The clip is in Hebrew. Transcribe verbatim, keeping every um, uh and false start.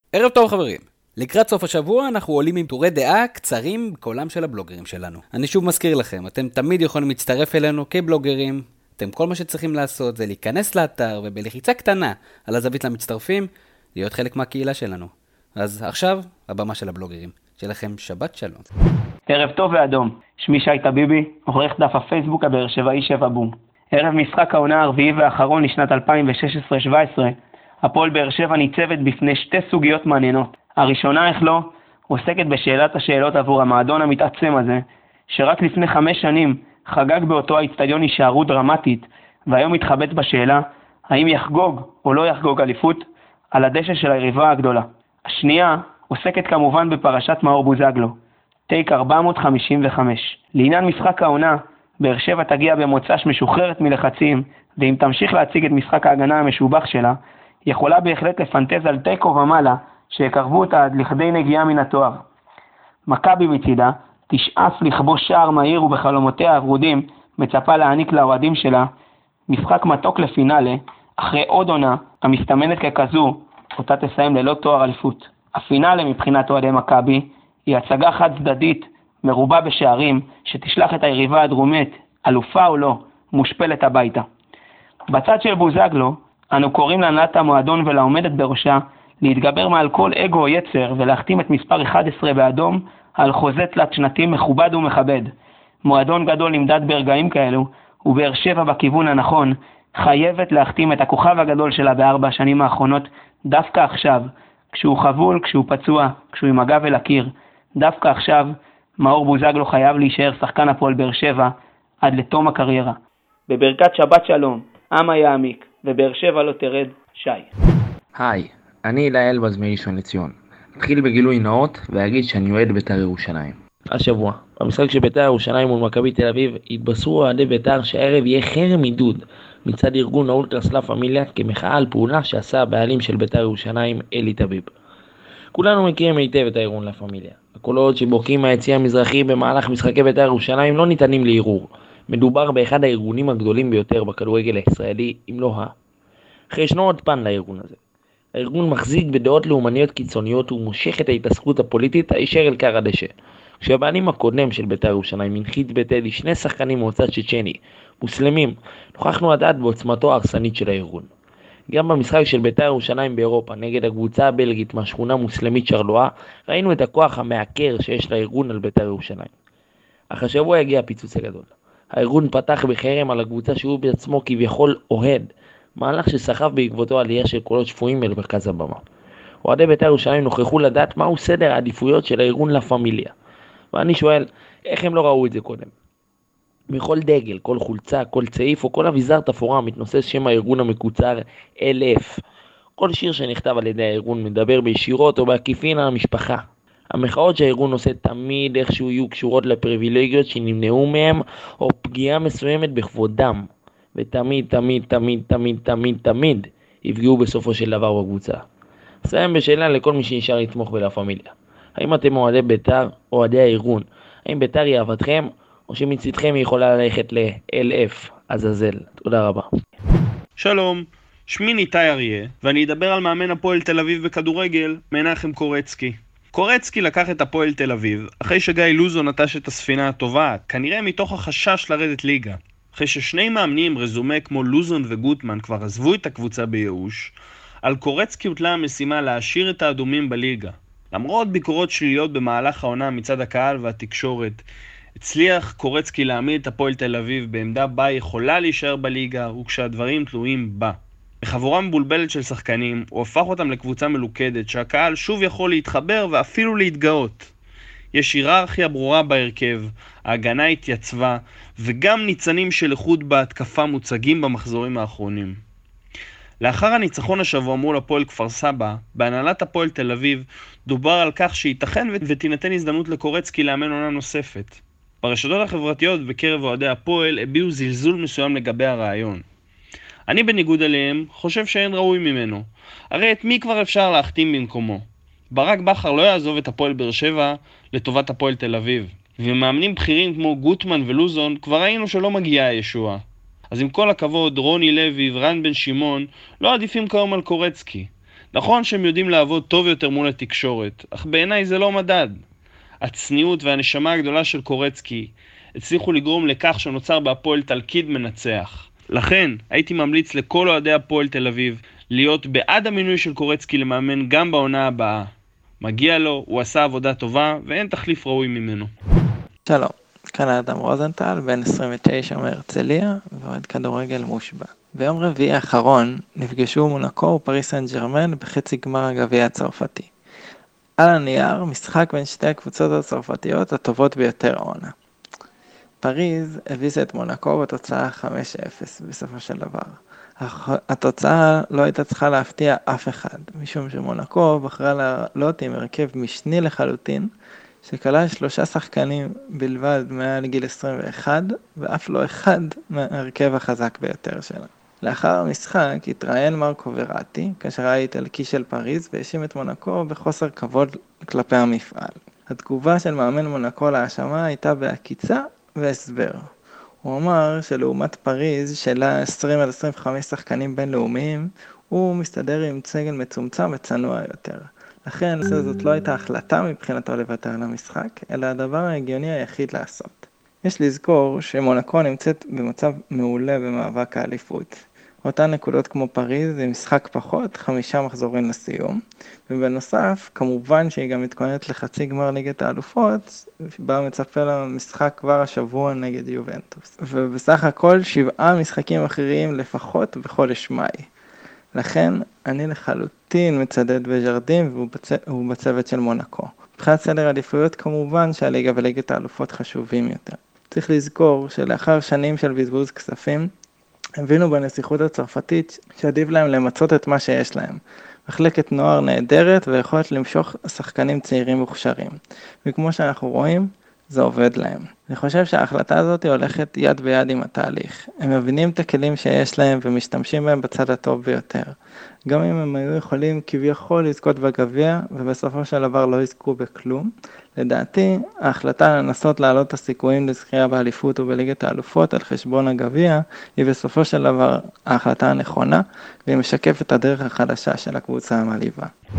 ערב טוב חברים. לקראת סוף השבוע אנחנו עולים עם טורי דעה קצרים בקולם של הבלוגרים שלנו. אני שוב מזכיר לכם, אתם תמיד יכולים להצטרף אלינו כבלוגרים. אתם כל מה שצריכים לעשות זה להיכנס לאתר ובלחיצה קטנה על הזווית למצטרפים, להיות חלק מהקהילה שלנו. אז עכשיו, הבמה של הבלוגרים. שיהיה לכם שבת שלום. ערב טוב ואדום, שמי שי טביבי, עורך דף הפייסבוק הבאר שבעי שבע בום. ערב משחק העונה הרביעי והאחרון לשנת אלפיים ושש עשרה שבע עשרה, הפועל באר שבע ניצבת בפני שתי סוגיות מעניינות. הראשונה, איך לא, עוסקת בשאלת השאלות עבור המועדון המתעצם הזה, שרק לפני חמש שנים חגג באותו האצטדיון הישארות דרמטית, והיום מתחבט בשאלה האם יחגוג או לא יחגוג אליפות על הדשא של היריבה הגדולה. השנייה עוסקת כמובן בפרשת מאור בוזגלו, טייק ארבע מאות חמישים וחמש. לעניין משחק העונה, באר שבע תגיע במוצ"ש משוחררת מלחצים, ואם תמשיך להציג את משחק ההגנה המשובח שלה, יכולה בהחלט לפנטז על תיקו ומעלה שיקרבו אותה עד לכדי נגיעה מן התואר. מכבי מצידה תשאף לכבוש שער מהיר ובחלומותיה הוורודים מצפה להעניק לאוהדים שלה משחק מתוק לפינאלה, אחרי עוד עונה המסתמנת ככזו אותה תסיים ללא תואר אליפות. הפינאלה מבחינת אוהדי מכבי היא הצגה חד צדדית מרובה בשערים שתשלח את היריבה הדרומית, אלופה או לא, מושפלת הביתה. בצד של בוזגלו אנו קוראים להנהלת המועדון ולעומדת בראשה להתגבר מעל כל אגו או יצר ולהחתים את מספר אחת עשרה באדום על חוזה תלת שנתי מכובד ומכבד. מועדון גדול נמדד ברגעים כאלו, ובאר שבע בכיוון הנכון חייבת להחתים את הכוכב הגדול שלה בארבע השנים האחרונות דווקא עכשיו, כשהוא חבול, כשהוא פצוע, כשהוא עם הגב אל הקיר. דווקא עכשיו מאור בוזגלו חייב להישאר שחקן הפועל באר שבע עד לתום הקריירה. בברכת שבת שלום, עם יעמיק ובאר שבע לא תרד, שי. היי, אני אלעל בז מראשון לציון. נתחיל בגילוי נאות ואגיד שאני אוהד בית"ר ירושלים. השבוע, במשחק של בית"ר ירושלים מול מכבי תל אביב, התבשרו אוהדי בית"ר שהערב יהיה חרם עידוד מצד ארגון האולטרס לה פמיליה כמחאה על פעולה שעשה הבעלים של בית"ר ירושלים, אלי טביב. כולנו מכירים היטב את הארגון לה פמיליה. הקולות שבוקעים מהיציע המזרחי במהלך משחקי בית"ר ירושלים לא ניתנים לערעור. מדובר באחד הארגונים הגדולים ביותר בכדורגל הישראלי, אם לא ה. אך ישנו עוד פן לארגון הזה. הארגון מחזיק בדעות לאומניות קיצוניות ומושך את ההתעסקות הפוליטית הישר אל קר הדשא. כשהבעלים הקודם של בית"ר ירושלים הנחית בטדי שני שחקנים ממוצא צ'צ'ני, מוסלמים, נוכחנו לדעת בעוצמתו ההרסנית של הארגון. גם במשחק של בית"ר ירושלים באירופה נגד הקבוצה הבלגית מהשכונה מוסלמית שרלואה, ראינו את הכוח המעקר שיש לארגון על בית"ר ירושלים. אך השבוע הגיע הפיצוץ הגדול. הארגון פתח בחרם על הקבוצה שהוא בעצמו כביכול אוהד, מהלך שסחב בעקבותו עלייה של קולות שפויים אל מרכז הבמה. אוהדי בית"ר ירושלים נוכחו לדעת מהו סדר העדיפויות של הארגון לה פמיליה. ואני שואל, איך הם לא ראו את זה קודם? בכל דגל, כל חולצה, כל צעיף או כל אביזר תפאורה מתנוסס שם הארגון המקוצר אל אף. כל שיר שנכתב על ידי הארגון מדבר בישירות או בעקיפין על המשפחה. המחאות שהארגון עושה תמיד איכשהו יהיו קשורות לפריבילגיות שנמנעו מהם או פגיעה מסוימת בכבודם. ותמיד, תמיד, תמיד, תמיד, תמיד, תמיד יפגעו בסופו של דבר בקבוצה. אסיים בשאלה לכל מי שנשאר לתמוך בלה פמיליה. האם אתם אוהדי בית"ר או אוהדי הארגון? האם בית"ר היא אהבתכם או שמצדכם היא יכולה ללכת ל-אל אף, עזאזל? תודה רבה. שלום, שמי ניתאי אריה, ואני אדבר על מאמן הפועל תל אביב בכדורגל, מנחם קורצקי. קורצקי לקח את הפועל תל אביב, אחרי שגיא לוזון נטש את הספינה הטובה, כנראה מתוך החשש לרדת ליגה. אחרי ששני מאמנים רזומה כמו לוזון וגוטמן כבר עזבו את הקבוצה בייאוש, על קורצקי הוטלה המשימה להשאיר את האדומים בליגה. למרות ביקורות שליליות במהלך העונה מצד הקהל והתקשורת, הצליח קורצקי להעמיד את הפועל תל אביב בעמדה בה יכולה להישאר בליגה וכשהדברים תלויים בה. בחבורה מבולבלת של שחקנים, הוא הפך אותם לקבוצה מלוכדת שהקהל שוב יכול להתחבר ואפילו להתגאות. יש היררכיה ברורה בהרכב, ההגנה התייצבה, וגם ניצנים של איכות בהתקפה מוצגים במחזורים האחרונים. לאחר הניצחון השבוע מול הפועל כפר סבא, בהנהלת הפועל תל אביב, דובר על כך שייתכן ותינתן הזדמנות לקורצקי לאמן עונה נוספת. ברשתות החברתיות בקרב אוהדי הפועל הביעו זלזול מסוים לגבי הרעיון. אני בניגוד אליהם חושב שאין ראוי ממנו. הרי את מי כבר אפשר להחתים במקומו? ברק בכר לא יעזוב את הפועל באר שבע לטובת הפועל תל אביב. ומאמנים בכירים כמו גוטמן ולוזון כבר ראינו שלא מגיעה הישועה. אז עם כל הכבוד, רוני לוי ורן בן שמעון לא עדיפים כיום על קורצקי. נכון שהם יודעים לעבוד טוב יותר מול התקשורת, אך בעיניי זה לא מדד. הצניעות והנשמה הגדולה של קורצקי הצליחו לגרום לכך שנוצר בהפועל תלכיד מנצח. לכן הייתי ממליץ לכל אוהדי הפועל תל אביב להיות בעד המינוי של קורצקי למאמן גם בעונה הבאה. מגיע לו, הוא עשה עבודה טובה ואין תחליף ראוי ממנו. שלום, כאן אדם רוזנטל, בן עשרים ותשע מהרצליה ועוד כדורגל מושבע. ביום רביעי האחרון נפגשו מונקו ופריס סן ז'רמן בחצי גמר הגביע הצרפתי. על הנייר, משחק בין שתי הקבוצות הצרפתיות הטובות ביותר העונה. פריז הביסה את מונקו בתוצאה חמש אפס בסופו של דבר. התוצאה לא הייתה צריכה להפתיע אף אחד, משום שמונקו בחרה לעלות עם הרכב משני לחלוטין, שכלל שלושה שחקנים בלבד מעל גיל עשרים ואחת, ואף לא אחד מהרכב החזק ביותר שלה. לאחר המשחק התראיין מרקו וראטי, כאשר היה איטלקי של פריז, והאשים את מונקו בחוסר כבוד כלפי המפעל. התגובה של מאמן מונקו להאשמה הייתה בהקיצה והסבר. הוא אמר שלעומת פריז, שלה עשרים עד עשרים וחמש שחקנים בינלאומיים, הוא מסתדר עם סגל מצומצם וצנוע יותר. לכן, זאת לא הייתה החלטה מבחינתו לוותר על המשחק, אלא הדבר ההגיוני היחיד לעשות. יש לזכור שמונקו נמצאת במצב מעולה במאבק האליפות. אותן נקודות כמו פריז זה משחק פחות, חמישה מחזורים לסיום. ובנוסף, כמובן שהיא גם מתכוננת לחצי גמר ליגת האלופות, בה מצפה למשחק כבר השבוע נגד יובנטוס. ובסך הכל שבעה משחקים אחרים לפחות בחודש מאי. לכן אני לחלוטין מצדד בז'רדים והוא בצוות של מונקו. מבחינת סדר עדיפויות כמובן שהליגה וליגת האלופות חשובים יותר. צריך לזכור שלאחר שנים של בזבוז כספים, הבינו בנסיכות הצרפתית שעדיף להם למצות את מה שיש להם. מחלקת נוער נהדרת ויכולת למשוך שחקנים צעירים מוכשרים. וכמו שאנחנו רואים, זה עובד להם. אני חושב שההחלטה הזאת הולכת יד ביד עם התהליך. הם מבינים את הכלים שיש להם ומשתמשים בהם בצד הטוב ביותר. גם אם הם היו יכולים כביכול לזכות בגביע ובסופו של דבר לא יזכו בכלום. לדעתי, ההחלטה לנסות להעלות את הסיכויים לזכייה באליפות ובליגת האלופות על חשבון הגביע היא בסופו של דבר ההחלטה הנכונה והיא משקפת את הדרך החדשה של הקבוצה המעליבה.